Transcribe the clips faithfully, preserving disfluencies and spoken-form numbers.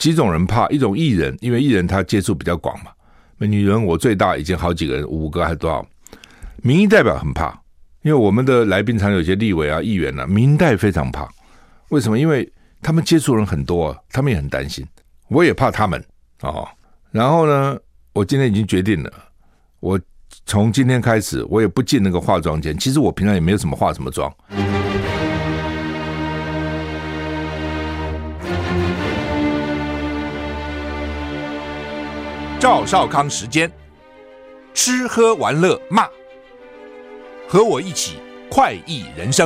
几种人怕，一种艺人，因为艺人他接触比较广嘛，女人我最大已经好几个人，五个还是多少？民意代表很怕，因为我们的来宾常有些立委啊、议员啊，民代非常怕。为什么？因为他们接触人很多、啊，他们也很担心，我也怕他们哦。然后呢，我今天已经决定了，我从今天开始，我也不进那个化妆间。其实我平常也没有什么化什么妆。 赵少康时间，吃喝玩乐骂，和我一起快意人生。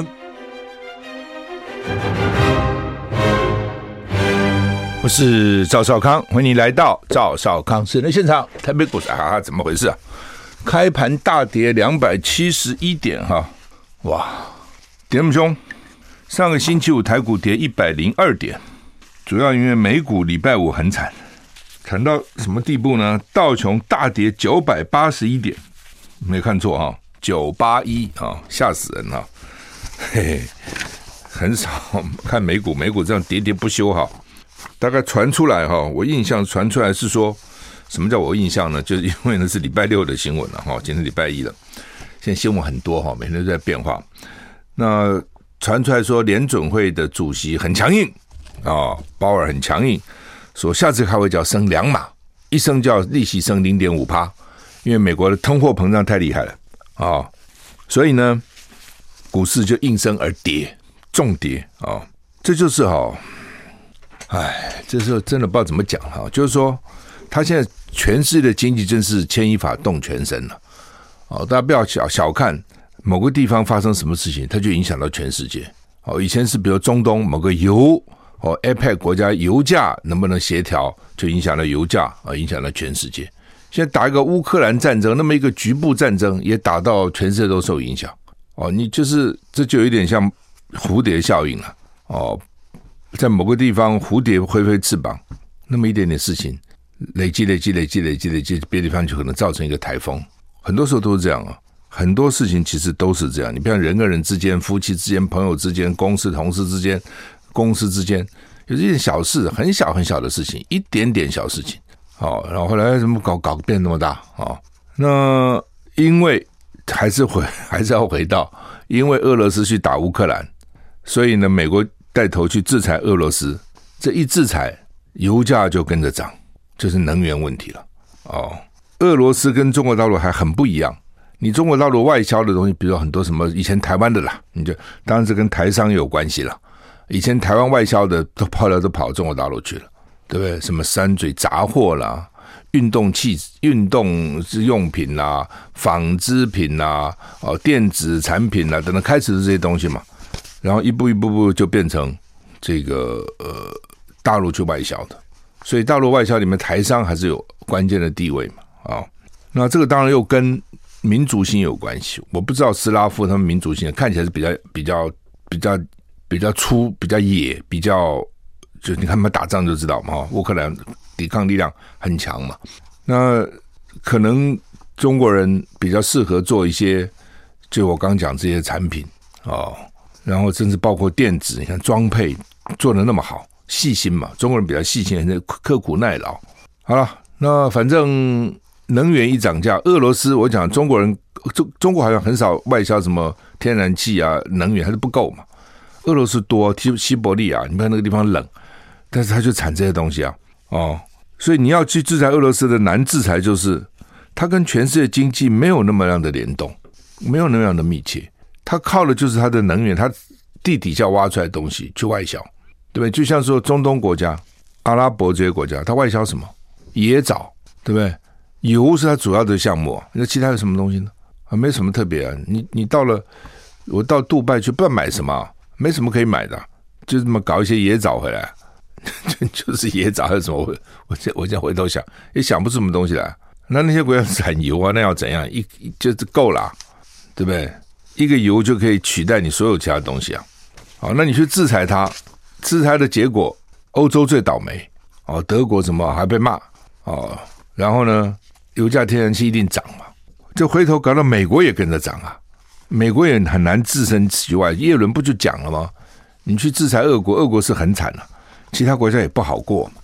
我是赵少康，欢迎你来到赵少康私人现场。台北股市啊，怎么回事啊？开盘大跌两百七十一点哈，哇，跌那么凶。上个星期五台股跌一百零二点，主要因为美股礼拜五很惨。惨到什么地步呢？道琼大跌九百八十一点，没看错哈，九八一啊，吓死人哈！嘿嘿，很少看美股，美股这样跌跌不休哈。大概传出来哈，我印象传出来是说，什么叫我印象呢？就是因为那是礼拜六的新闻了哈，今天礼拜一了，现在新闻很多哈，每天都在变化。那传出来说，联准会的主席很强硬啊，鲍尔很强硬。说下次开会就要升两码，一升就要利息升 百分之零点五， 因为美国的通货膨胀太厉害了啊、哦，所以呢，股市就应声而跌，重跌啊、哦，这就是哈、哦，哎，这时候真的不知道怎么讲哈、哦，就是说，他现在全世界的经济真是牵一发动全身了哦，大家不要小小看某个地方发生什么事情，它就影响到全世界哦。以前是比如中东某个油。哦 ，A P E C 国家油价能不能协调，就影响了油价啊，影响了全世界。现在打一个乌克兰战争，那么一个局部战争也打到全世界都受影响。哦，你就是这就有点像蝴蝶效应了。哦，在某个地方蝴蝶挥挥翅膀，那么一点点事情累积、累积、累积、累积、累积，别的地方就可能造成一个台风。很多时候都是这样啊，很多事情其实都是这样。你比方人跟人之间、夫妻之间、朋友之间、公司同事之间。公司之间有一件小事，很小很小的事情，一点点小事情，哦，然后后来怎么搞搞变那么大哦？那因为还是回还是要回到，因为俄罗斯去打乌克兰，所以呢，美国带头去制裁俄罗斯，这一制裁，油价就跟着涨，就是能源问题了哦。俄罗斯跟中国大陆还很不一样，你中国大陆外销的东西，比如说很多什么以前台湾的啦，你就当然是跟台商有关系了。以前台湾外销的都跑了，都跑到中国大陆去了，对不对？什么山水杂货啦、运动器、运动用品啦、纺织品啦、哦电子产品啦等等，开始是这些东西嘛。然后一步一步步就变成这个呃大陆去外销的，所以大陆外销里面台商还是有关键的地位嘛啊、哦。那这个当然又跟民族性有关系。我不知道斯拉夫他们民族性看起来是比较比较比较。比较粗，比较野，比较就你看他们打仗就知道嘛，乌克兰抵抗力量很强嘛。那可能中国人比较适合做一些，就我刚刚讲这些产品哦，然后甚至包括电子，你看装配做得那么好，细心嘛，中国人比较细心，很刻苦耐劳。好了，那反正能源一涨价，俄罗斯我讲中国人中中国好像很少外销什么天然气啊，能源还是不够嘛。俄罗斯多西伯利亚，你看那个地方冷，但是它就产这些东西啊，哦，所以你要去制裁俄罗斯的难制裁就是它跟全世界经济没有那么样的联动，没有那么样的密切，它靠的就是它的能源，它地底下挖出来的东西去外销，对不对？就像说中东国家、阿拉伯这些国家，它外销什么？野枣，对不对？油是它主要的项目啊，那其他有什么东西呢？啊，没什么特别啊。你你到了，我到杜拜去，不知道买什么、啊。没什么可以买的，就这么搞一些野枣回来，就是野枣还有什么？我我现我现在回头想，也想不出什么东西来。那那些国家产油啊，那要怎样？一就是够了，对不对？一个油就可以取代你所有其他东西啊。好，那你去制裁它，制裁的结果，欧洲最倒霉哦，德国什么还被骂哦，然后呢，油价、天然气一定涨嘛，就回头搞到美国也跟着涨啊。美国也很难置身其外，耶伦不就讲了吗？你去制裁俄国，俄国是很惨了、啊，其他国家也不好过嘛。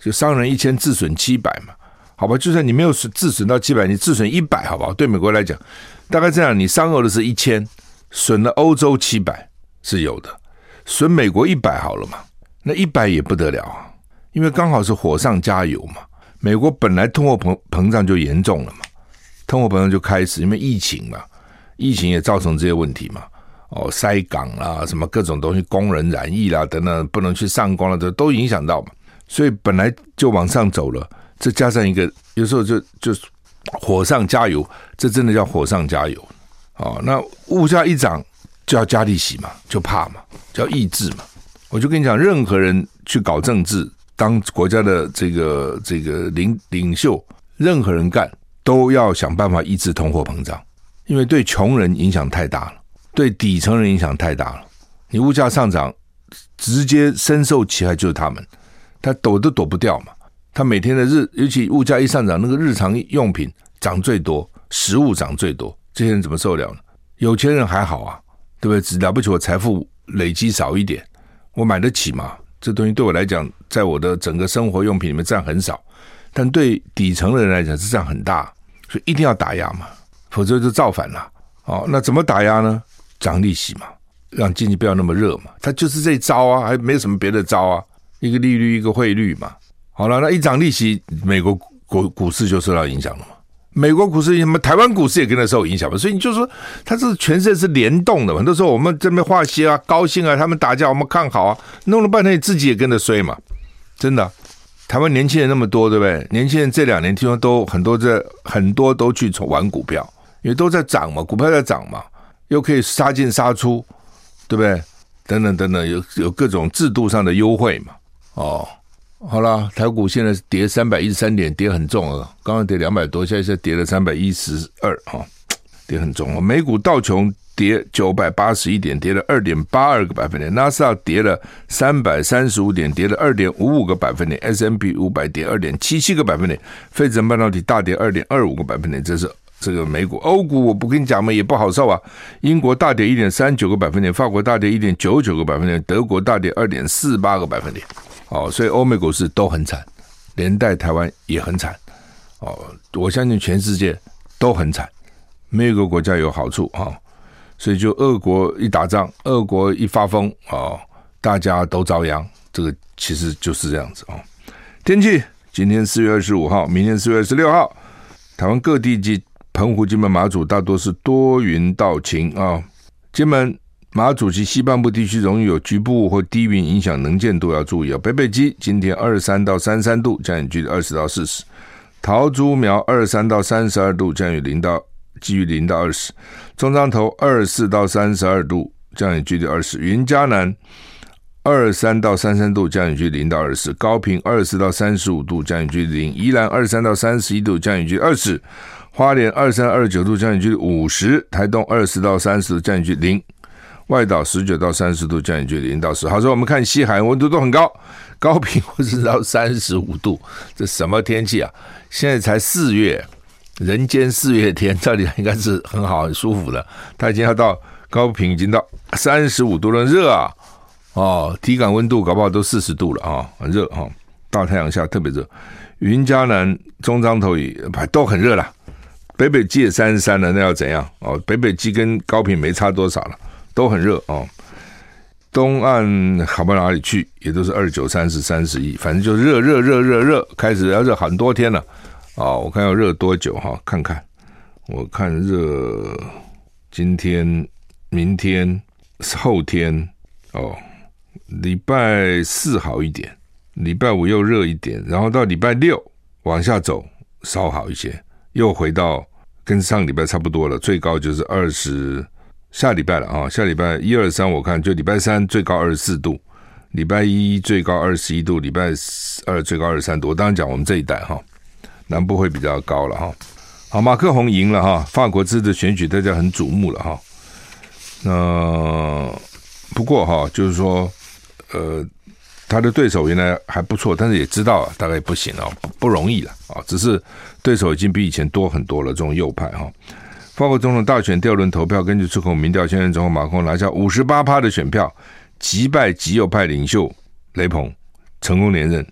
就伤人一千，自损七百嘛，好吧？就算你没有自损到七百，你自损一百，好不好？对美国来讲，大概这样，你伤俄的是一千，损了欧洲七百是有的，损美国一百好了嘛？那一百也不得了啊，因为刚好是火上加油嘛。美国本来通货膨膨胀就严重了嘛，通货膨胀就开始，因为疫情嘛，疫情也造成这些问题嘛。哦，塞港啦，什么各种东西，工人染疫啦，等等，不能去上工了，这都影响到嘛。所以本来就往上走了，这加上一个，有时候就就火上加油，这真的叫火上加油。哦，那物价一涨就要加利息嘛，就怕嘛，就要抑制嘛。我就跟你讲，任何人去搞政治，当国家的这个这个领领袖，任何人干都要想办法抑制通货膨胀，因为对穷人影响太大了。对底层人影响太大了，你物价上涨，直接深受其害就是他们，他躲都躲不掉嘛。他每天的日，尤其物价一上涨，那个日常用品涨最多，食物涨最多，这些人怎么受了呢？有钱人还好啊，对不对？只了不起我财富累积少一点，我买得起嘛。这东西对我来讲，在我的整个生活用品里面占很少，但对底层的人来讲是占很大，所以一定要打压嘛，否则就造反了。哦，那怎么打压呢？涨利息嘛，让经济不要那么热嘛，他就是这招啊，还没有什么别的招啊，一个利率一个汇率嘛。好了，那一涨利息，美国股股市就受到影响了嘛。美国股市什么，台湾股市也跟着受影响嘛。所以你就说，它是全世界是联动的嘛。很多时候我们这边话些啊，高兴啊，他们打架我们看好啊，弄了半天你自己也跟着衰嘛，真的。台湾年轻人那么多，对不对？年轻人这两年听说都很多在很多都去玩股票，因为都在涨嘛，股票在涨嘛。又可以杀进杀出，对不对？等等等等，有有各种制度上的优惠嘛。哦，好啦，台股现在跌三百一十三点，跌很重啊，刚刚跌两百多，现在跌了三百一十二啊，跌很重啊。美股道琼跌九百八十一点，跌了 二点八二 个百分点，纳斯达克跌了三百三十五点，跌了 二点五五 个百分点 ，S and P 五百 跌 二点七七 个百分点，费城半导体大跌 二点二五 个百分点，这是这个美股。欧股我不跟你讲嘛，也不好受啊。英国大跌 一点三九 个百分点，法国大跌 一点九九 个百分点，德国大跌 二点四八 个百分点。哦，所以欧美股市都很惨，连带台湾也很惨。哦，我相信全世界都很惨，没有一个国家有好处哈、哦。所以就俄国一打仗，俄国一发疯哦，大家都遭殃。这个其实就是这样子哦。天气，今天四月二十五号，明天四月二十六号，台湾各地及澎湖、金门、马祖大多是多云到晴啊。金门、马祖及西半部地区容易有局部或低云影响能见度，要注意啊。北北基今天二十三到三十三度，降雨距离二十到四十。桃竹苗二十三到三十二度，降雨零到基于零到二十。中彰投二十四到三十二度，降雨距离二十。云嘉南二十三到三十三度，降雨距离零到二十四。高屏二十四到三十五度，降雨距离零。宜兰二十三到三十一度，降雨距离二十。花莲二十三、二十九度，降雨距离五十；台东二十到三十度，降雨距离零；外岛十九到三十度，降雨距离零到十。好，所以我们看西海岸温度都很高，高屏或是到三十五度，这什么天气啊？现在才四月，人间四月天，照理应该是很好、很舒服的。它已经要到高屏，已经到三十五度了，热啊！哦，体感温度搞不好都四十度了啊，很热哈、哦！大太阳下特别热。云嘉南、中彰投也都很热啦。北北基也三十三了，那要怎样？哦，北北基跟高屏没差多少了，都很热哦。东岸好不到哪里去，也都是二十九、三十、三十一，反正就热热热热热，开始要热很多天了。哦，我看要热多久哈？看看，我看热今天、明天、后天哦，礼拜四好一点，礼拜五又热一点，然后到礼拜六往下走稍好一些。又回到跟上礼拜差不多了，最高就是二十，下礼拜了啊，下礼拜一二三我看就礼拜三最高二十四度，礼拜一最高二十一度，礼拜二最高二十三度。我当然讲我们这一代哈，南部会比较高了哈。好，马克宏赢了哈，法国这次的选举大家很瞩目了哈。那不过哈，就是说呃。他的对手原来还不错，但是也知道啊，大概不行哦，不容易了啊。只是对手已经比以前多很多了，这种右派哈。法国总统大选第二轮投票，根据出口民调，现任总统马克宏拿下 百分之五十八 的选票，击败极右派领袖雷朋，成功连任。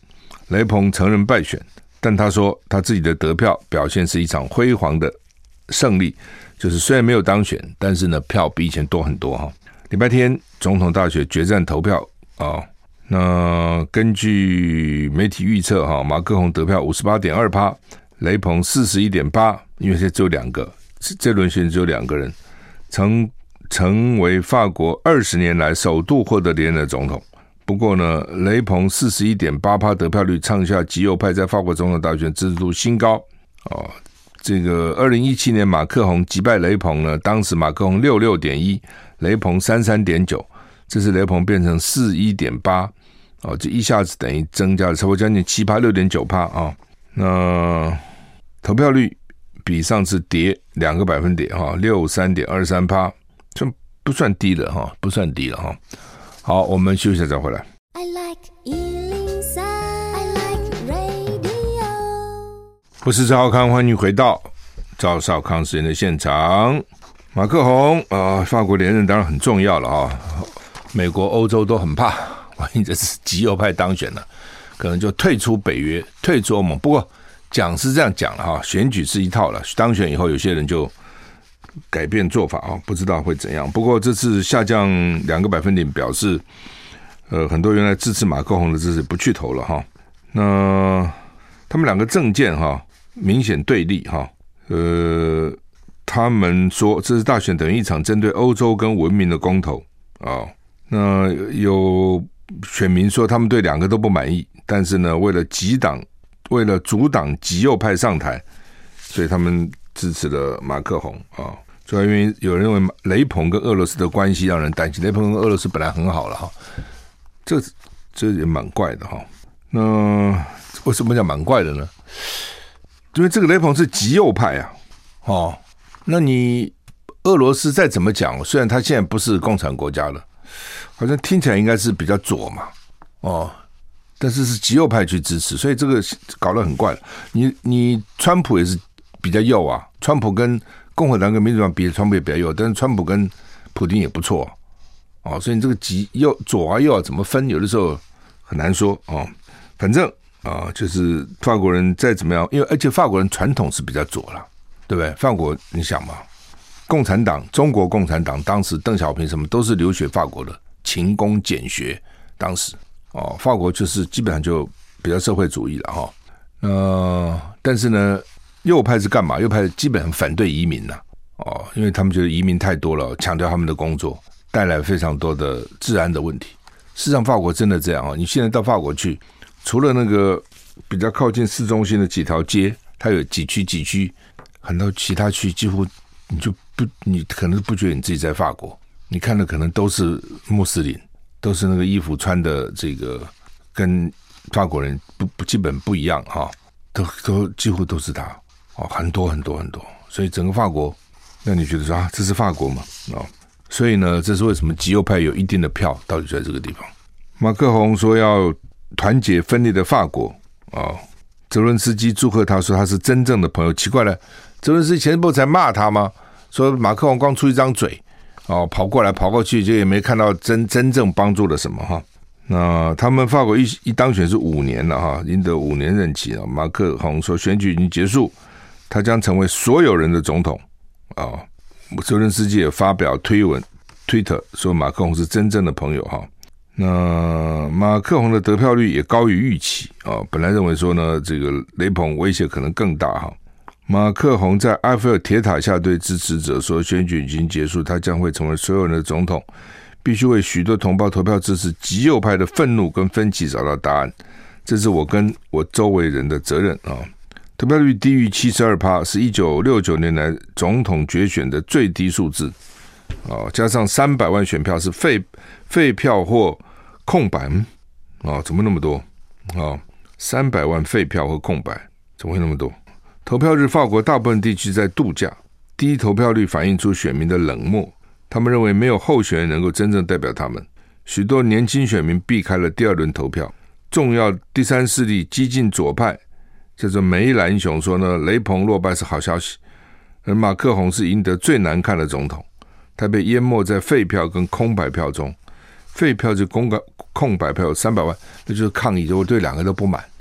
雷鹏承认败选，但他说他自己的得票表现是一场辉煌的胜利，就是虽然没有当选，但是呢票比以前多很多哈。礼拜天总统大选决战投票啊，那根据媒体预测哈，马克宏得票 百分之五十八点二， 雷鹏 百分之四十一点八， 因为现在只有两个，这轮选只有两个人曾成为法国二十年来首度获得连任的总统。不过呢，雷鹏 百分之四十一点八 得票率创下极右派在法国总统大选支持度新高哦。这个二零一七年马克宏击败雷鹏呢，当时马克宏 六十六点一， 雷鹏 三十三点九， 这次雷鹏变成 四十一点八， 哦，这一下子等于增加了差不多将近 七%， 六点九%啊。那投票率比上次跌两个百分点哈， 六十三点二三， 这不算低了哈，不算低了哈。好，我们休息一下再回来。I like 一零三 I like radio。 我是赵少康，欢迎回到赵少康时间的现场。马克宏啊、呃，法国连任当然很重要了啊，美国、欧洲都很怕，万一这是极右派当选了，可能就退出北约，退出欧盟。不过讲是这样讲了哈，选举是一套了，当选以后有些人就改变做法啊，不知道会怎样。不过这次下降两个百分点，表示呃很多原来支持马克宏的支持不去投了哈。那他们两个政见哈明显对立哈，呃，他们说这次大选等于一场针对欧洲跟文明的公投啊。那有选民说他们对两个都不满意，但是呢，为了极党，为了阻挡极右派上台，所以他们支持了马克宏啊。主要因为有人认为雷鹏跟俄罗斯的关系让人担心，雷鹏跟俄罗斯本来很好了哈，这这也蛮怪的哈。那为什么讲蛮怪的呢？因为这个雷鹏是极右派啊，哦，那你俄罗斯再怎么讲，虽然他现在不是共产国家了，好像听起来应该是比较左嘛，哦，但是是极右派去支持，所以这个搞得很怪了。你你川普也是比较右啊，川普跟共和党跟民主党比，川普也比较右，但是川普跟普丁也不错哦，所以你这个极右左啊右啊怎么分，有的时候很难说哦。反正啊、呃，就是法国人再怎么样，因为而且法国人传统是比较左啦，对不对？法国你想嘛，共产党、中国共产党当时邓小平什么都是留学法国的，勤工俭学，当时哦，法国就是基本上就比较社会主义了哈。呃，但是呢，右派是干嘛？右派基本上反对移民啦，哦，因为他们觉得移民太多了，强调他们的工作，带来非常多的治安的问题。事实上，法国真的这样啊！你现在到法国去，除了那个比较靠近市中心的几条街，它有几区几区，很多其他区几乎你就不，你可能不觉得你自己在法国，你看的可能都是穆斯林，都是那个衣服穿的这个跟法国人不不基本不一样哈，都都几乎都是他哦，很多很多很多，所以整个法国，那你觉得说啊，这是法国吗？哦。所以呢，这是为什么极右派有一定的票，到底就在这个地方。马克宏说要团结分裂的法国啊、哦，泽伦斯基祝贺他，说他是真正的朋友。奇怪了，泽伦斯基前不才骂他吗？说马克宏光出一张嘴哦，跑过来跑过去，就也没看到真真正帮助了什么哈。那他们法国一一当选是五年了哈，赢得五年任期了。马克宏说选举已经结束，他将成为所有人的总统啊。哦，泽伦斯基也发表推文 Twitter 说马克宏是真正的朋友哈。那马克宏的得票率也高于预期啊，本来认为说呢，这个雷鹏威胁可能更大哈。马克宏在埃菲尔铁塔下对支持者说，选举已经结束，他将会成为所有人的总统，必须为许多同胞投票支持极右派的愤怒跟分歧找到答案，这是我跟我周围人的责任啊。投票率低于 百分之七十二， 是一九六九年来总统决选的最低数字，哦，加上三百万选票是废废票或空白，哦，怎么那么多？哦，三百万废票或空白，怎么会那么多？投票日，法国大部分地区在度假，低投票率反映出选民的冷漠，他们认为没有候选人能够真正代表他们，许多年轻选民避开了第二轮投票。重要第三势力激进左派叫做梅兰雄说呢，雷鹏落败是好消息，而马克宏是赢得最难看的总统，他被淹没在废票跟空白票中。废票就空白空白票有三百万，那就是抗议，就我对两个都不满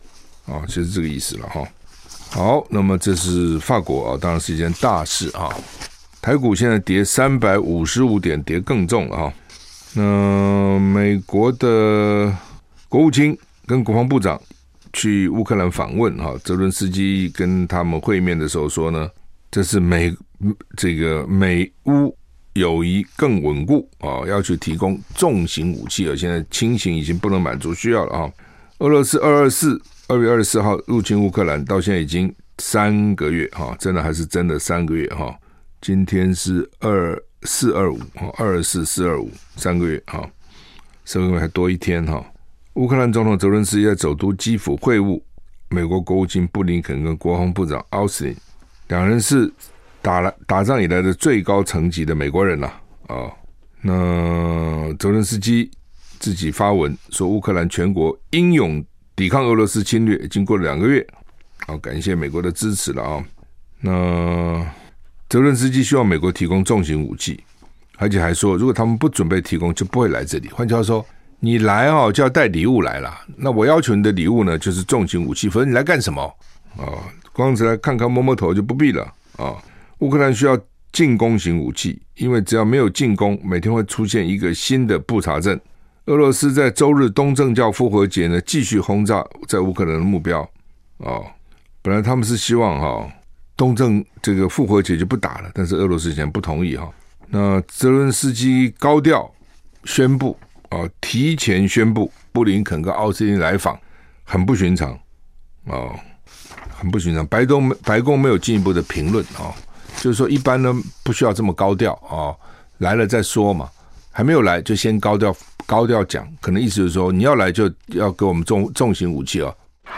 啊，就是这个意思了哈。好，那么这是法国啊，当然是一件大事啊。台股现在跌三百五十五点，跌更重了哈。那美国的国务卿跟国防部长去乌克兰访问哈，泽伦斯基跟他们会面的时候说呢，这是美这个美乌友谊更稳固啊，要去提供重型武器，而现在轻型已经不能满足需要了啊。俄罗斯二二四二月二十四号入侵乌克兰，到现在已经三个月哈，真的还是真的三个月哈。今天是二四二五二二四四二五三个月哈，三个月还多一天哈。乌克兰总统泽伦斯基在首都基辅会晤美国国务卿布林肯跟国防部长奥斯汀，两人是打了打仗以来的最高层级的美国人了啊、哦。那泽伦斯基自己发文说，乌克兰全国英勇抵抗俄罗斯侵略，经过了两个月，好、哦、感谢美国的支持了啊、哦。那泽伦斯基希望美国提供重型武器，而且还说，如果他们不准备提供，就不会来这里。换句话说，你来哦就要带礼物来啦。那我要求你的礼物呢，就是重型武器，否则你来干什么啊、哦？光是来看看摸摸头就不必了啊、哦。乌克兰需要进攻型武器，因为只要没有进攻，每天会出现一个新的布查镇。俄罗斯在周日东正教复活节呢，继续轰炸在乌克兰的目标哦。本来他们是希望哈、哦、东正这个复活节就不打了，但是俄罗斯现在不同意哈、哦。那泽伦斯基高调宣布啊、哦，提前宣布布林肯跟奥斯汀来访，很不寻常哦，很不寻常。白宫白宫没有进一步的评论啊、哦，就是说一般呢不需要这么高调啊、哦，来了再说嘛，还没有来就先高调高调讲，可能意思就是说你要来就要给我们重重型武器哦。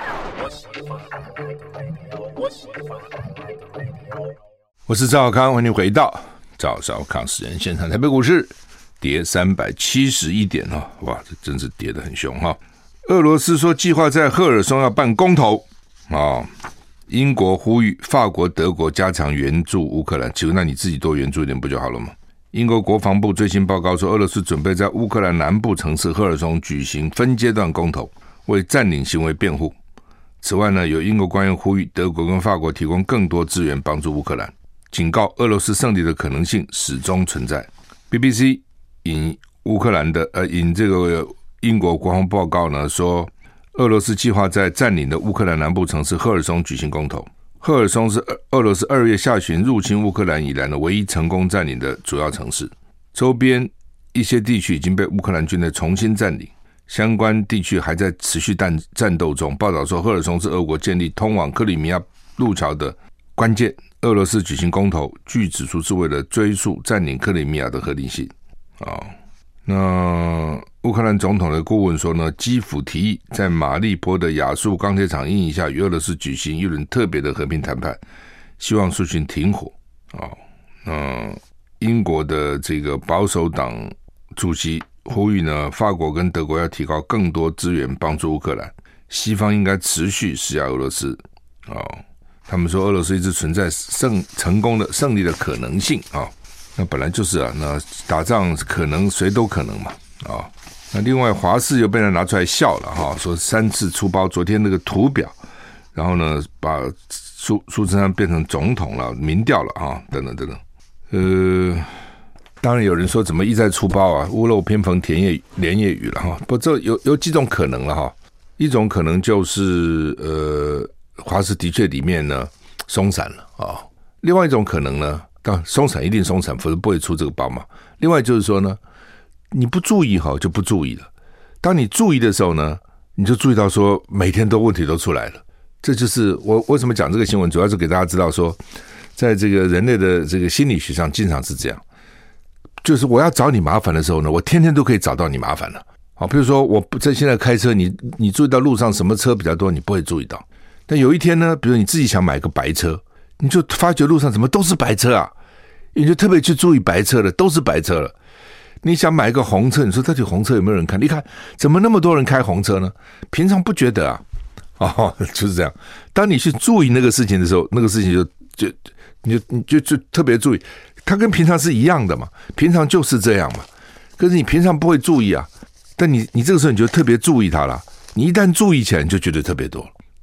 我是赵少康，欢迎回到赵少康时间现场。台北股市跌三百七十一点哦，哇，这真是跌得很凶哈。俄罗斯说计划在赫尔松要办公投啊、哦，英国呼吁法国、德国加强援助乌克兰，请问那你自己多援助一点不就好了吗？英国国防部最新报告说，俄罗斯准备在乌克兰南部城市赫尔松举行分阶段公投，为占领行为辩护。此外呢，有英国官员呼吁德国跟法国提供更多资源帮助乌克兰，警告俄罗斯胜利的可能性始终存在。B B C 引乌克兰的呃引这个英国国防报告呢说，俄罗斯计划在占领的乌克兰南部城市赫尔松举行公投。赫尔松是俄罗斯二月下旬入侵乌克兰以来的唯一成功占领的主要城市，周边一些地区已经被乌克兰军队重新占领，相关地区还在持续战战斗中。报道说，赫尔松是俄国建立通往克里米亚路桥的关键。俄罗斯举行公投，据指出是为了追溯占领克里米亚的合理性。哦，那乌克兰总统的顾问说呢，基辅提议在马利波的亚速钢铁厂阴影下与俄罗斯举行一轮特别的和平谈判，希望促进停火。哦，那英国的这个保守党主席呼吁呢，法国跟德国要提高更多资源帮助乌克兰，西方应该持续施压俄罗斯。哦，他们说俄罗斯一直存在胜成功的胜利的可能性啊、哦，那本来就是啊，那打仗可能谁都可能嘛啊、哦。那另外华视又被人拿出来笑了哈、哦，说三次出包，昨天那个图表，然后呢把苏苏贞昌变成总统了，民调了啊、哦，等等等等。呃，当然有人说怎么一再出包啊，屋漏偏逢连夜连夜雨了哈。不，这有有几种可能了哈，一种可能就是呃。华视的确里面呢松散了啊、哦，另外一种可能呢，当然松散一定松散，否则不会出这个包嘛。另外就是说呢，你不注意哈就不注意了，当你注意的时候呢，你就注意到说每天都问题都出来了。这就是我为什么讲这个新闻，主要是给大家知道说，在这个人类的这个心理学上经常是这样，就是我要找你麻烦的时候呢，我天天都可以找到你麻烦了。好，比如说我在现在开车，你你注意到路上什么车比较多，你不会注意到。但有一天呢，比如你自己想买个白车，你就发觉路上怎么都是白车啊，你就特别去注意白车了，都是白车了。你想买一个红车，你说到底红车有没有人看？你看怎么那么多人开红车呢？平常不觉得啊，哦，就是这样。当你去注意那个事情的时候，那个事情就就你就你就就特别注意，它跟平常是一样的嘛，平常就是这样嘛。可是你平常不会注意啊，但你你这个时候你就特别注意它了。你一旦注意起来，你就觉得特别多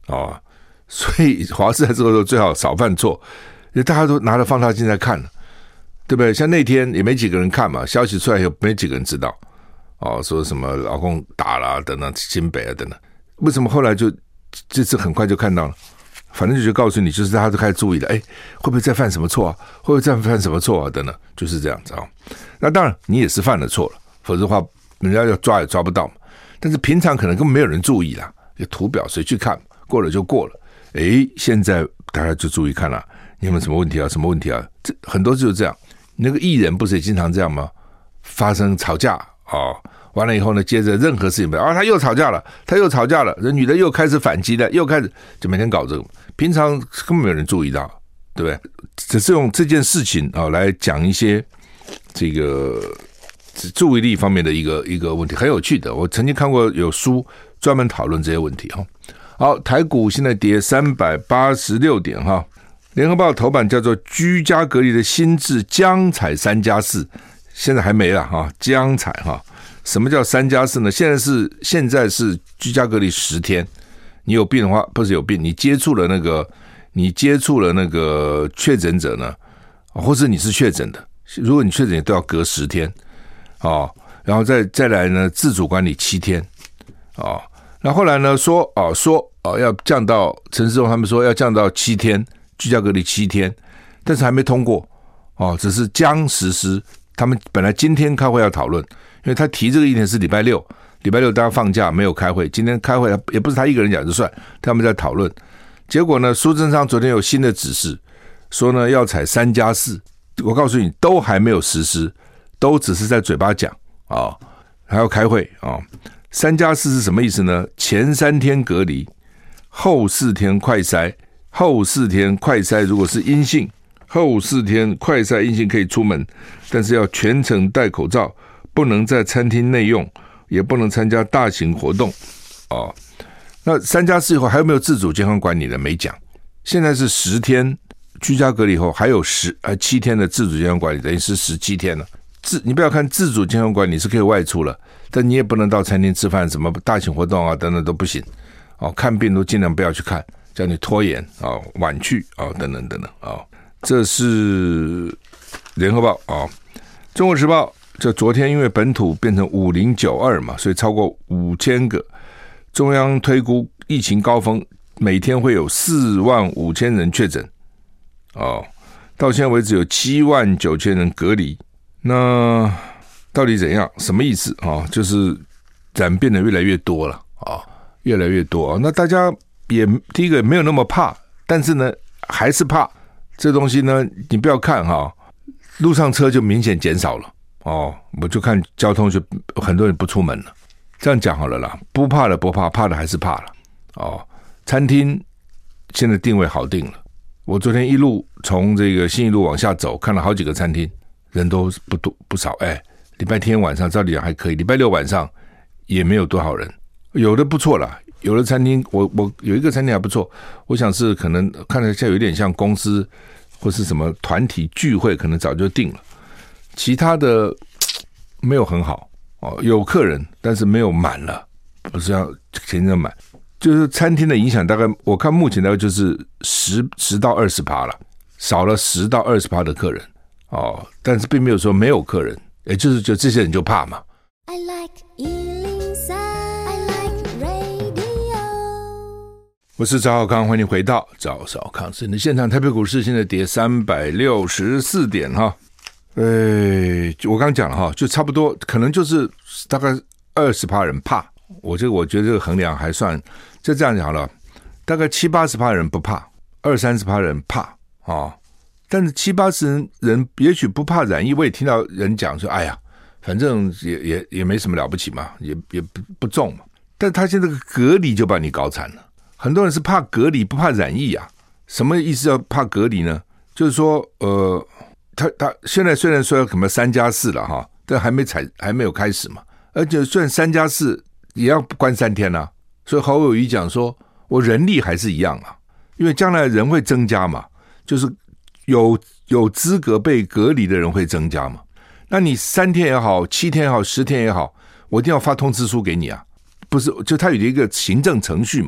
哦，所以华视在这个时候最好少犯错，因为大家都拿着放大镜在看了，对不对？像那天也没几个人看嘛，消息出来以后没几个人知道，哦，说什么老公打了、啊、等等，新北啊等等，为什么后来就这次很快就看到了？反正就告诉你，就是大家都开始注意了，哎，会不会再犯什么错啊？会不会再犯什么错啊？等等，就是这样子啊、哦。那当然，你也是犯了错了，否则的话，人家要抓也抓不到嘛。但是平常可能根本没有人注意啦，有图表谁去看，过了就过了。哎，现在大家就注意看了，你有没有什么问题啊？什么问题啊？这很多就是这样。那个艺人不是也经常这样吗？发生吵架哦。完了以后呢，接着任何事情啊，他又吵架了，他又吵架了，人女的又开始反击了，又开始就每天搞这个，平常根本没有人注意到，对不对？只是用这件事情啊、哦、来讲一些这个注意力方面的一个一个问题，很有趣的。我曾经看过有书专门讨论这些问题哈。好，台股现在跌三百八十六点哈。联合报头版叫做居家隔离的新制将采三加四，现在还没了哈，将采哈。什么叫三加四呢？现在是现在是居家隔离十天，你有病的话，不是有病，你接触了那个你接触了那个确诊者呢，或者你是确诊的，如果你确诊都要隔十天哦，然后再再来呢自主管理七天哦，那后来呢说哦说哦要降到陈时中他们说要降到七天，居家隔离七天，但是还没通过哦，只是将实施。他们本来今天开会要讨论。因为他提这个议题是礼拜六，礼拜六大家放假没有开会，今天开会也不是他一个人讲就算，他们在讨论。结果呢，苏贞昌昨天有新的指示，说呢要采三加四，我告诉你都还没有实施，都只是在嘴巴讲啊、哦，还要开会啊、哦。三加四是什么意思呢？前三天隔离，后四天快筛，后四天快筛如果是阴性，后四天快筛阴性可以出门，但是要全程戴口罩。不能在餐厅内用，也不能参加大型活动哦。那三加四以后还有没有自主健康管理的？没讲。现在是十天居家隔离后，还有十呃七天的自主健康管理，等于是十七天了。自你不要看自主健康管理是可以外出了，但你也不能到餐厅吃饭，什么大型活动啊等等都不行哦。看病都尽量不要去看，叫你拖延啊、哦、晚去啊、哦、等等等等啊、哦。这是联合报啊、哦，中国时报。这昨天因为本土变成五零九二嘛，所以超过五千个。中央推估疫情高峰每天会有四万五千人确诊，哦，到现在为止有七万九千人隔离。那到底怎样？什么意思啊、哦？就是染变得越来越多了啊、哦，越来越多。那大家也第一个没有那么怕，但是呢还是怕这东西呢。你不要看哈、哦，路上车就明显减少了。哦，我就看交通就很多人不出门了，这样讲好了啦，不怕的不怕，怕的还是怕了。哦，餐厅现在定位好定了，我昨天一路从这个信义路往下走，看了好几个餐厅，人都不多不少。哎，礼拜天晚上照理讲还可以，礼拜六晚上也没有多少人，有的不错啦，有的餐厅我我有一个餐厅还不错，我想是可能看着像有点像公司或是什么团体聚会，可能早就定了。其他的没有很好哦，有客人，但是没有满了，不是要前阵满，就是餐厅的影响大概我看目前大概就是十十到二十趴了，少了十到二十趴的客人哦，但是并没有说没有客人，也就是就这些人就怕嘛。I like 一零三 I like radio。我是赵少康，欢迎回到赵少康新的现场。台北股市现在跌三百六十四点哈。呃，我刚刚讲了哈，就差不多，可能就是大概二十趴人怕，我这个我觉得这个衡量还算，就这样讲好了，大概七八十趴人不怕，二三十趴人怕啊、哦，但是七八十人也许不怕染疫，我也听到人讲说，哎呀，反正也也也没什么了不起嘛，也也不不重嘛，但他现在这个隔离就把你搞惨了，很多人是怕隔离不怕染疫啊，什么意思要怕隔离呢？就是说，呃。他他现在虽然说可能三加四了哈，但还没采还没有开始嘛。而且虽然三加四也要关三天啊，所以侯友宜讲说，我人力还是一样啊，因为将来人会增加嘛，就是有有资格被隔离的人会增加嘛。那你三天也好，七天也好，十天也好，我一定要发通知书给你啊，不是就他有一个行政程序嘛。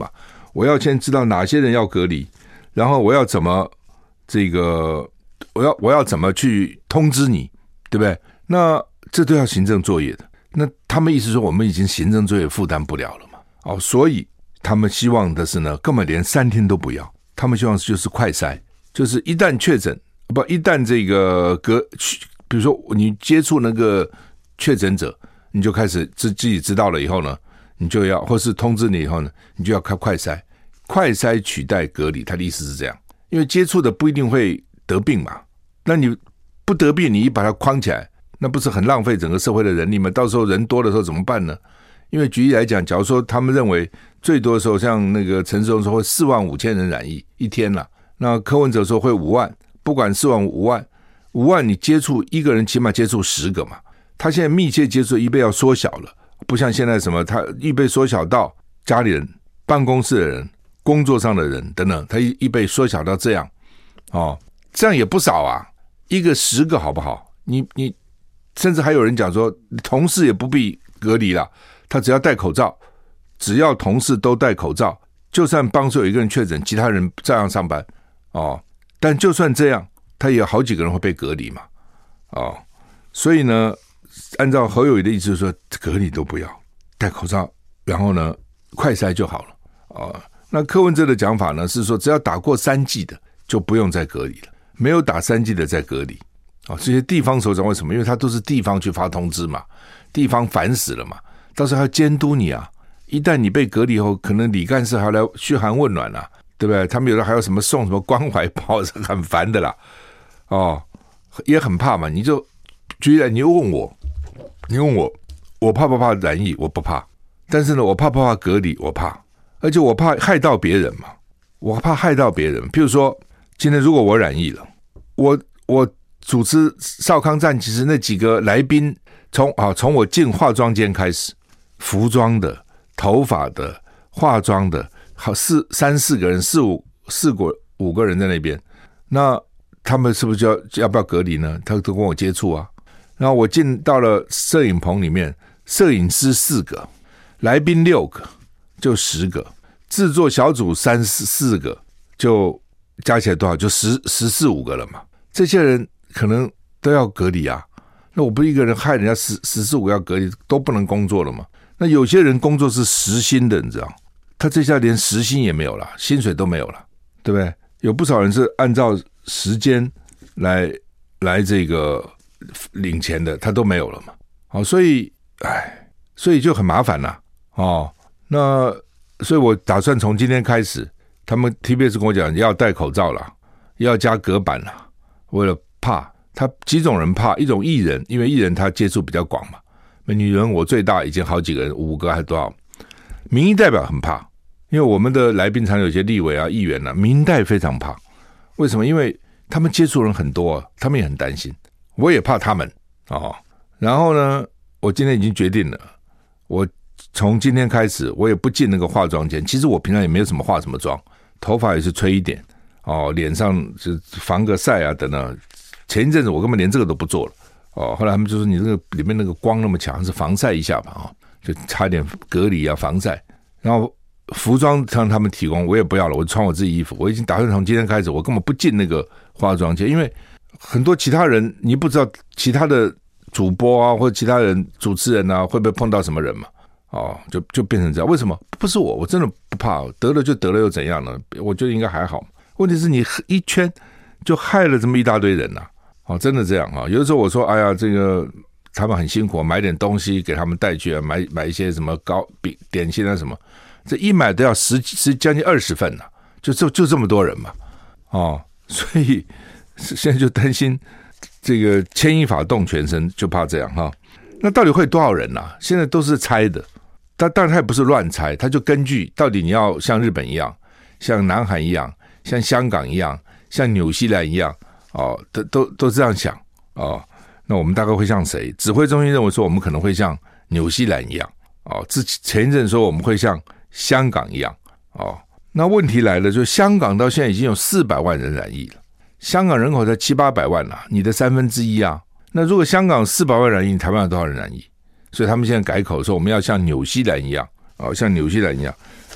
我要先知道哪些人要隔离，然后我要怎么这个，我要我要怎么去通知你，对不对？那这都要行政作业的。那他们意思说，我们已经行政作业负担不了了嘛？哦，所以他们希望的是呢，根本连三天都不要，他们希望就是快筛，就是一旦确诊，不，一旦这个隔，比如说你接触那个确诊者，你就开始自自己知道了以后呢，你就要，或是通知你以后呢，你就要开快筛，快筛取代隔离，他的意思是这样，因为接触的不一定会得病嘛，那你不得病，你一把它框起来，那不是很浪费整个社会的人力吗？到时候人多的时候怎么办呢？因为举例来讲，假如说他们认为最多的时候，像那个陈时中说会四万五千人染疫一天啦，那柯文哲说会五万，不管四万五万，五万你接触一个人起码接触十个嘛，他现在密切接触一倍要缩小了，不像现在什么他一倍缩小到家里人、办公室的人、工作上的人等等，他一倍缩小到这样，哦，这样也不少啊，一个十个好不好？你你甚至还有人讲说，同事也不必隔离了。他只要戴口罩，只要同事都戴口罩，就算帮手有一个人确诊，其他人照样上班哦。但就算这样，他也有好几个人会被隔离嘛，哦。所以呢，按照侯友宜的意思说，隔离都不要，戴口罩，然后呢，快筛就好了哦。那柯文哲的讲法呢是说，只要打过三剂的就不用再隔离了，没有打三剂的再隔离。哦，这些地方首长为什么？因为他都是地方去发通知嘛，地方烦死了嘛。到时候还要监督你啊！一旦你被隔离后，可能李干事还来嘘寒问暖啊，对不对？他们有的还有什么送什么关怀包，很烦的啦。哦，也很怕嘛。你就居然你又问我，你问我，我怕不怕染疫？我不怕。但是呢，我怕不怕隔离？我怕。而且我怕害到别人嘛，我怕害到别人。譬如说，今天如果我染疫了，我我主持少康站，其实那几个来宾，从啊从我进化妆间开始。服装的、头发的、化妆的，好四三四个人，四五四个五个人在那边，那他们是不是就要要不要隔离呢？他都跟我接触啊。然后我进到了摄影棚里面，摄影师四个，来宾六个，就十个，制作小组三四四个，就加起来多少？就十十四五个了嘛。这些人可能都要隔离啊。那我不是一个人害人家十十四五个要隔离，都不能工作了吗？那有些人工作是时薪的，你知道，他这下连时薪也没有了，薪水都没有了，对不对？有不少人是按照时间来来这个领钱的，他都没有了嘛。好，所以，哎，所以就很麻烦啦。哦，那所以我打算从今天开始，他们 T B S 跟我讲要戴口罩啦，要加隔板啦，为了怕他几种人怕，一种艺人，因为艺人他接触比较广嘛。女人我最大已经好几个人，五个还是多少？民意代表很怕，因为我们的来宾常有些立委啊、议员啊，民代非常怕。为什么？因为他们接触人很多、啊，他们也很担心，我也怕他们哦。然后呢，我今天已经决定了，我从今天开始，我也不进那个化妆间。其实我平常也没有什么化什么妆，头发也是吹一点哦，脸上就防个晒啊等等。前一阵子我根本连这个都不做了。哦，后来他们就说你这个里面那个光那么强，是防晒一下吧？哦，就差点隔离啊，防晒。然后服装让他们提供，我也不要了，我穿我自己衣服。我已经打算从今天开始，我根本不进那个化妆间，因为很多其他人你不知道其他的主播啊，或者其他人主持人啊，会不会碰到什么人嘛？哦，就就变成这样。为什么？不是我，我真的不怕，得了就得了又怎样呢？我觉得应该还好。问题是你一圈就害了这么一大堆人啊。哦，真的这样啊！有的时候我说，哎呀，这个他们很辛苦，买点东西给他们带去啊，买买一些什么糕饼、点心啊什么，这一买都要十十将近二十份呢、啊，就就就这么多人嘛，哦，所以现在就担心这个牵一发动全身，就怕这样哈、哦。那到底会多少人啊？现在都是猜的，但当然他也不是乱猜，他就根据到底你要像日本一样，像南韩一样，像香港一样，像纽西兰一样。哦，都都都这样想哦，那我们大概会像谁？指挥中心认为说我们可能会像纽西兰一样哦，之前一阵说我们会像香港一样哦。那问题来了，就香港到现在已经有四百万人染疫了，香港人口才七八百万啦、啊，你的三分之一啊。那如果香港四百万染疫，台湾有多少人染疫？所以他们现在改口说我们要像纽西兰一样哦，像纽西兰一样，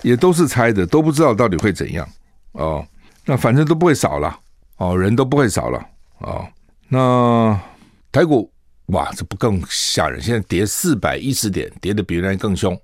也都是猜的，都不知道到底会怎样哦。那反正都不会少了哦，人都不会少了哦。那台股哇，这不更吓人？现在跌四百一十点，跌得比原来更凶。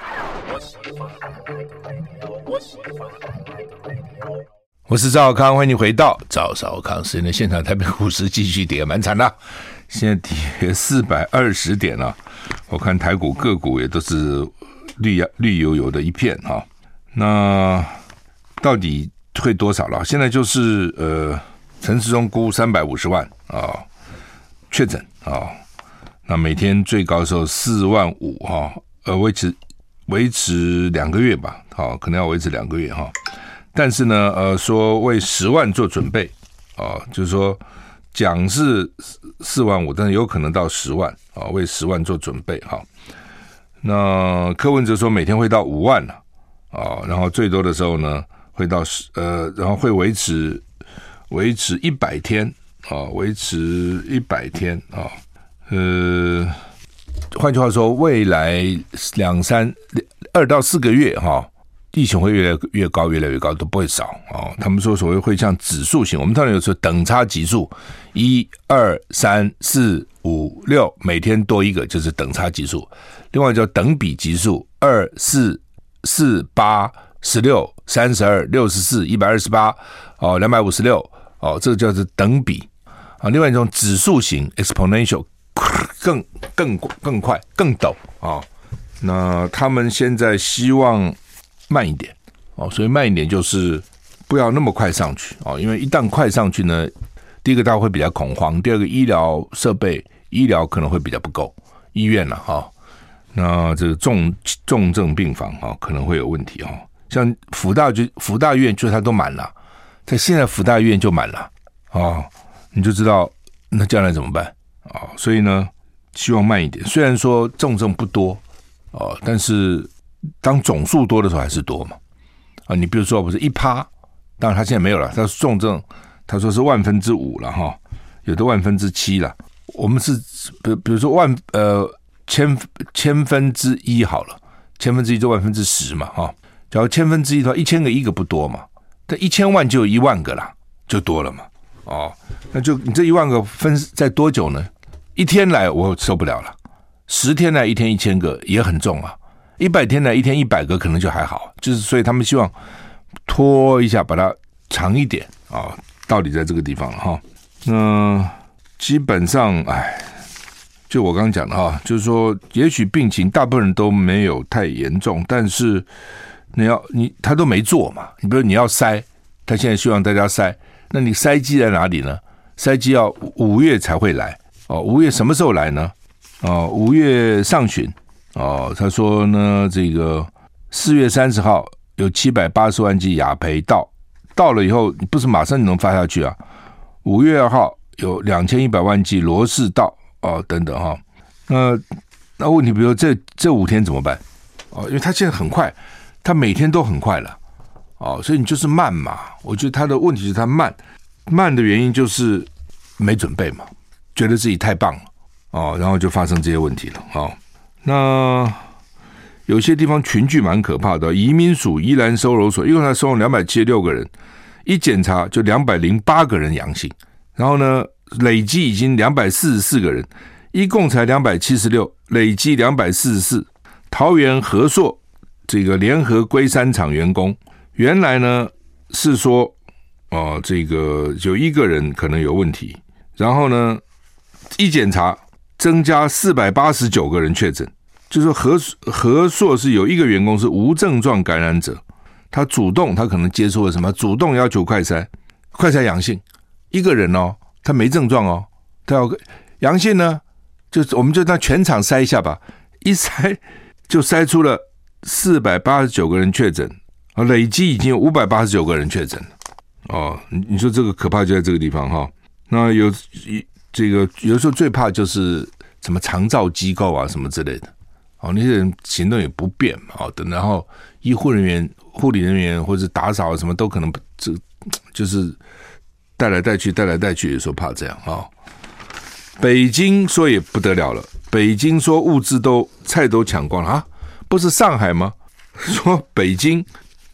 我是赵少康，欢迎你回到赵少康时间的现场。台北股市继续跌，蛮惨的，现在跌四百二十点了、啊。我看台股个股也都是绿绿油油的一片哈、啊。那到底会多少了？现在就是呃，陈时中估三百五十万啊，确诊啊。那每天最高的时候四万五哈，呃，维持维持两个月吧，好、啊，可能要维持两个月哈。啊但是呢，呃，说为十万做准备，啊、呃，就是说讲是四万五，但是有可能到十万啊、呃，为十万做准备哈。那柯文哲说每天会到五万了啊、呃，然后最多的时候呢会到十呃，然后会维持维持一百天啊、呃，维持一百天啊、呃，呃，换句话说，未来两三二到四个月哈。呃疫情会越来越高，越来越高，都不会少哦。他们说所谓会像指数型，我们当然有时候等差级数，一二三四五六，每天多一个就是等差级数。另外叫等比级数，二四四八十六三十二六十四一百二十八哦，两百五十六哦，这个叫做等比啊。另外一种指数型 exponential 更更更快更陡啊。那他们现在希望慢一点哦，所以慢一点就是不要那么快上去哦，因为一旦快上去呢，第一个大家会比较恐慌，第二个医疗设备、医疗可能会比较不够，医院了哈、哦，那这个重重症病房哈、哦、可能会有问题哈、哦，像辅大就辅大医院就它都满了，在现在辅大医院就满了哦，你就知道那将来怎么办啊、哦？所以呢，希望慢一点，虽然说重症不多哦，但是当总数多的时候还是多嘛啊，你比如说不是一趴，当然他现在没有了，他重症他说是万分之五了哈，有的万分之七了，我们是比比如说万呃千千分之一好了，千分之一就万分之十嘛哈，假如千分之一的话，一千个一个不多嘛，但一千万就有一万个啦，就多了嘛哦，那就你这一万个分在多久呢？一天来我受不了了，十天来一天一千个也很重啊。一百天来一天一百个可能就还好，就是所以他们希望拖一下，把它长一点啊。道理在这个地方了哈。那基本上，哎，就我刚刚讲的哈，就是说，也许病情大部分人都没有太严重，但是你要你他都没做嘛。你比如你要筛，他现在希望大家筛，那你筛机在哪里呢？筛机要五月才会来哦。五月什么时候来呢？哦，五月上旬。哦，他说呢，这个四月三十号有七百八十万剂雅培到，到了以后不是马上你能发下去啊？五月二号有两千一百万剂罗氏到哦，等等哈、哦。那那问题，比如说这这五天怎么办？哦，因为他现在很快，他每天都很快了哦，所以你就是慢嘛。我觉得他的问题是他慢，慢的原因就是没准备嘛，觉得自己太棒了哦，然后就发生这些问题了哦。那有些地方群聚蛮可怕的，移民署宜兰收容所一共才收容两百七十六个人，一检查就两百零八个人阳性，然后呢累积已经两百四十四个人，一共才两百七十六，累积两百四十四。桃园和硕这个联合龟山厂员工，原来呢是说哦、呃，这个有一个人可能有问题，然后呢一检查增加四百八十九个人确诊。就是和和硕是有一个员工是无症状感染者，他主动他可能接触了什么，主动要求快筛，快筛阳性，一个人哦，他没症状哦，他要阳性呢，就我们就让全场筛一下吧，一筛就筛出了四百八十九个人确诊，累积已经有五百八十九个人确诊了哦，你说这个可怕就在这个地方哈、哦。那有这个有的时候最怕就是什么长照机构啊什么之类的。哦，那些人行动也不便哦，等然后医护人员、护理人员或者打扫什么都可能这就是带来带去、带来带去，有时候怕这样啊、哦。北京说也不得了了，北京说物资都菜都抢光了啊，不是上海吗？说北京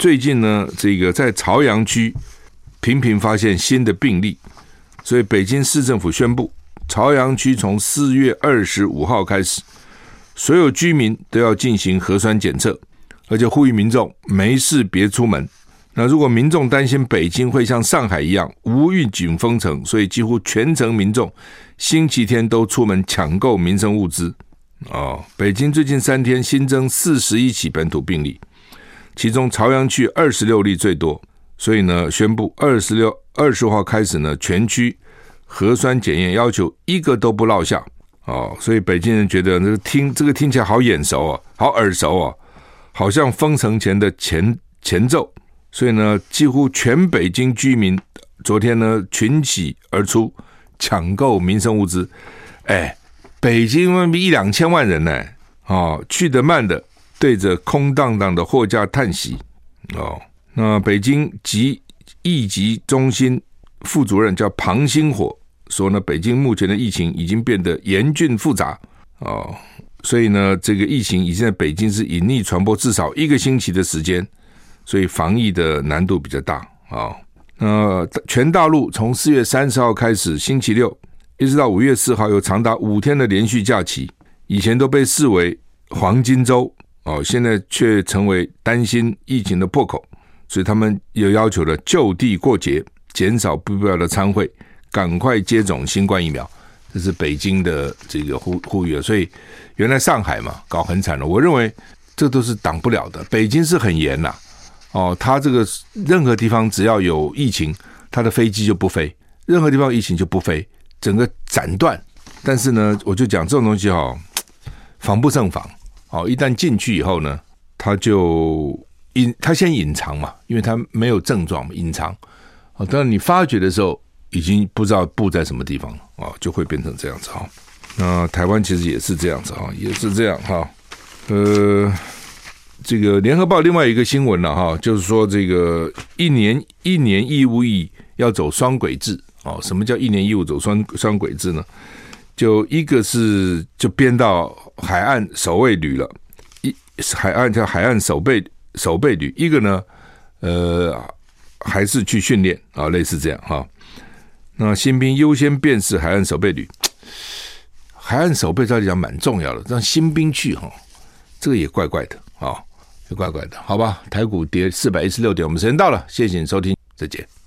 最近呢，这个在朝阳区频频发现新的病例，所以北京市政府宣布，朝阳区从四月二十五号开始，所有居民都要进行核酸检测，而且呼吁民众没事别出门。那如果民众担心北京会像上海一样无预警封城，所以几乎全城民众星期天都出门抢购民生物资。哦，北京最近三天新增四十一起本土病例，其中朝阳区二十六例最多，所以呢，宣布二十六二十号开始呢，全区核酸检验要求一个都不落下。哦，所以北京人觉得这个听这个听起来好眼熟啊，好耳熟啊，好像封城前的前前奏。所以呢，几乎全北京居民昨天呢群起而出抢购民生物资。哎，北京一两千万人呢，哦，去得慢的对着空荡荡的货架叹息。哦，那北京疾疫疾中心副主任叫庞星火说呢，北京目前的疫情已经变得严峻复杂。哦，所以呢，这个疫情已经在北京是隐匿传播至少一个星期的时间。所以防疫的难度比较大啊。那全大陆从四月三十号开始，星期六一直到五月四号，有长达五天的连续假期。以前都被视为黄金周哦，现在却成为担心疫情的破口，所以他们有要求的就地过节，减少不必要的参会，赶快接种新冠疫苗。这是北京的这个呼呼吁。所以原来上海嘛搞很惨了，我认为这都是挡不了的。北京是很严啦。哦，他这个任何地方只要有疫情，他的飞机就不飞；任何地方疫情就不飞，整个斩断。但是呢，我就讲这种东西哦，防不胜防。哦，一旦进去以后呢，他就隐，他先隐藏嘛，因为他没有症状嘛，隐藏。哦，当然你发觉的时候，已经不知道布在什么地方了，哦，就会变成这样子哈。那台湾其实也是这样子哈，也是这样哈。呃。这个联合报另外一个新闻了哈，就是说这个一年一年义务役要走双轨制哦。什么叫一年义务走双双轨制呢？就一个是就编到海岸守卫旅了，一海岸叫海岸守备守备旅，一个呢呃还是去训练啊，类似这样哈。那新兵优先辨识海岸守备旅，海岸守备照理讲蛮重要的，让新兵去哈，这个也怪怪的啊。怪怪的，好吧？台股跌四百一十六点，我们时间到了，谢谢你收听，再见。